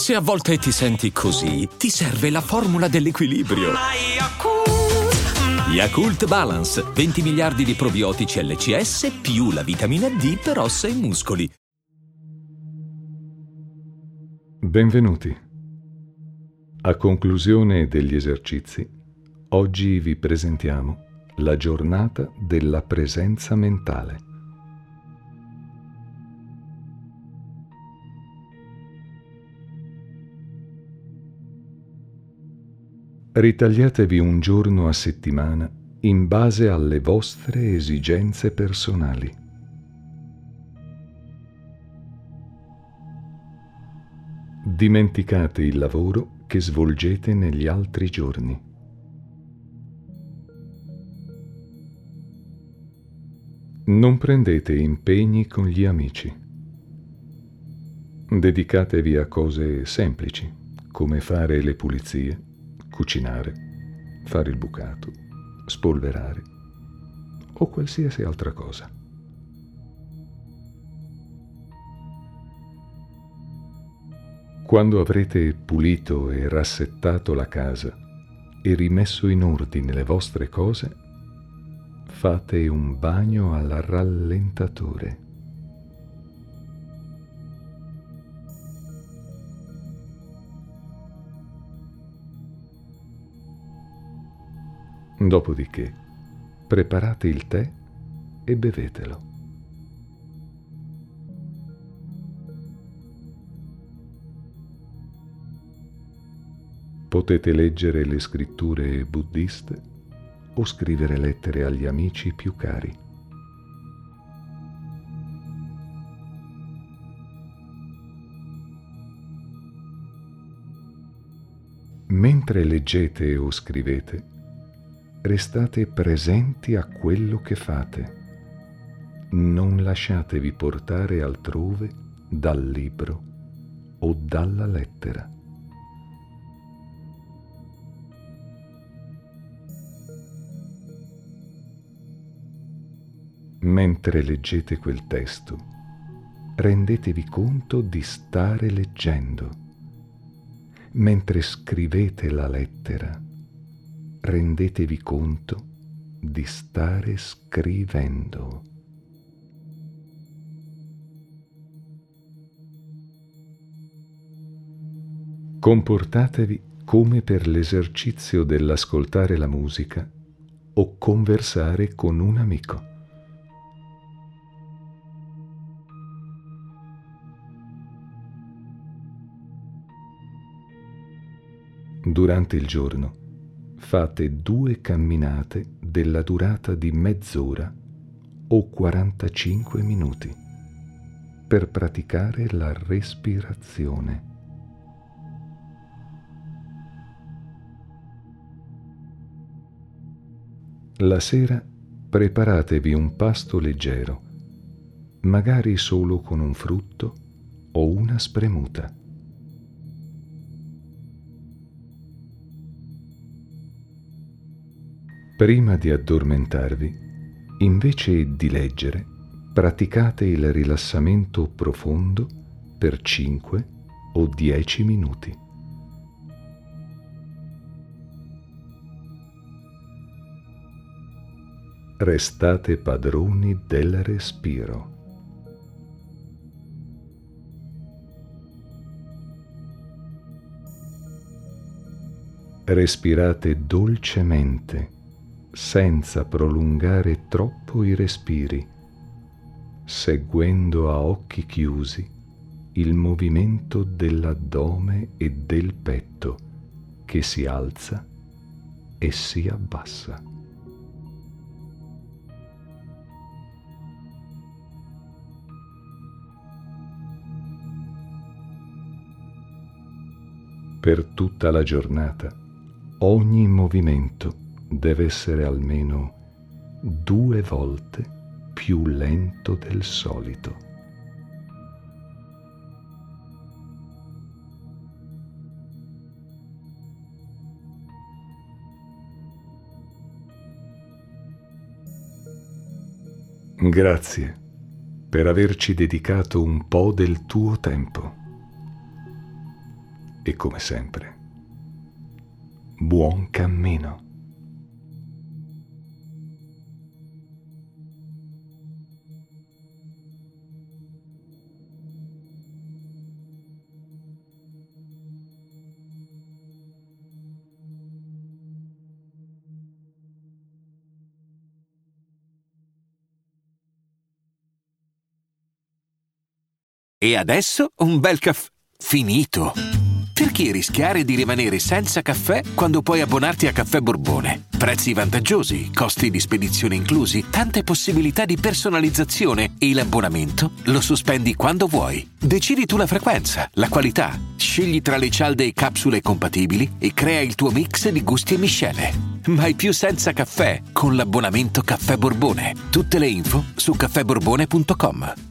Se a volte ti senti così, ti serve la formula dell'equilibrio. Yakult Balance, 20 miliardi di probiotici LCS più la vitamina D per ossa e muscoli. Benvenuti. A conclusione degli esercizi, oggi vi presentiamo la giornata della presenza mentale. Ritagliatevi un giorno a settimana in base alle vostre esigenze personali. Dimenticate il lavoro che svolgete negli altri giorni. Non prendete impegni con gli amici. Dedicatevi a cose semplici, come fare le pulizie, cucinare, fare il bucato, spolverare o qualsiasi altra cosa. Quando avrete pulito e rassettato la casa e rimesso in ordine le vostre cose, fate un bagno al rallentatore. Dopodiché, preparate il tè e bevetelo. Potete leggere le scritture buddiste o scrivere lettere agli amici più cari. Mentre leggete o scrivete, restate presenti a quello che fate. Non lasciatevi portare altrove dal libro o dalla lettera. Mentre leggete quel testo, rendetevi conto di stare leggendo. Mentre scrivete la lettera, rendetevi conto di stare scrivendo. Comportatevi come per l'esercizio dell'ascoltare la musica o conversare con un amico. Durante il giorno fate 2 camminate della durata di mezz'ora o 45 minuti per praticare la respirazione. La sera preparatevi un pasto leggero, magari solo con un frutto o una spremuta. Prima di addormentarvi, invece di leggere, praticate il rilassamento profondo per 5 o 10 minuti. Restate padroni del respiro. Respirate dolcemente, senza prolungare troppo i respiri, seguendo a occhi chiusi il movimento dell'addome e del petto che si alza e si abbassa. Per tutta la giornata, ogni movimento deve essere almeno 2 volte più lento del solito. Grazie per averci dedicato un po' del tuo tempo. e come sempre, buon cammino. E adesso un bel caffè finito. Perché rischiare di rimanere senza caffè quando puoi abbonarti a Caffè Borbone? Prezzi vantaggiosi, costi di spedizione inclusi, tante possibilità di personalizzazione e l'abbonamento lo sospendi quando vuoi. Decidi tu la frequenza, la qualità, scegli tra le cialde e capsule compatibili e crea il tuo mix di gusti e miscele. Mai più senza caffè con l'abbonamento Caffè Borbone. Tutte le info su caffèborbone.com.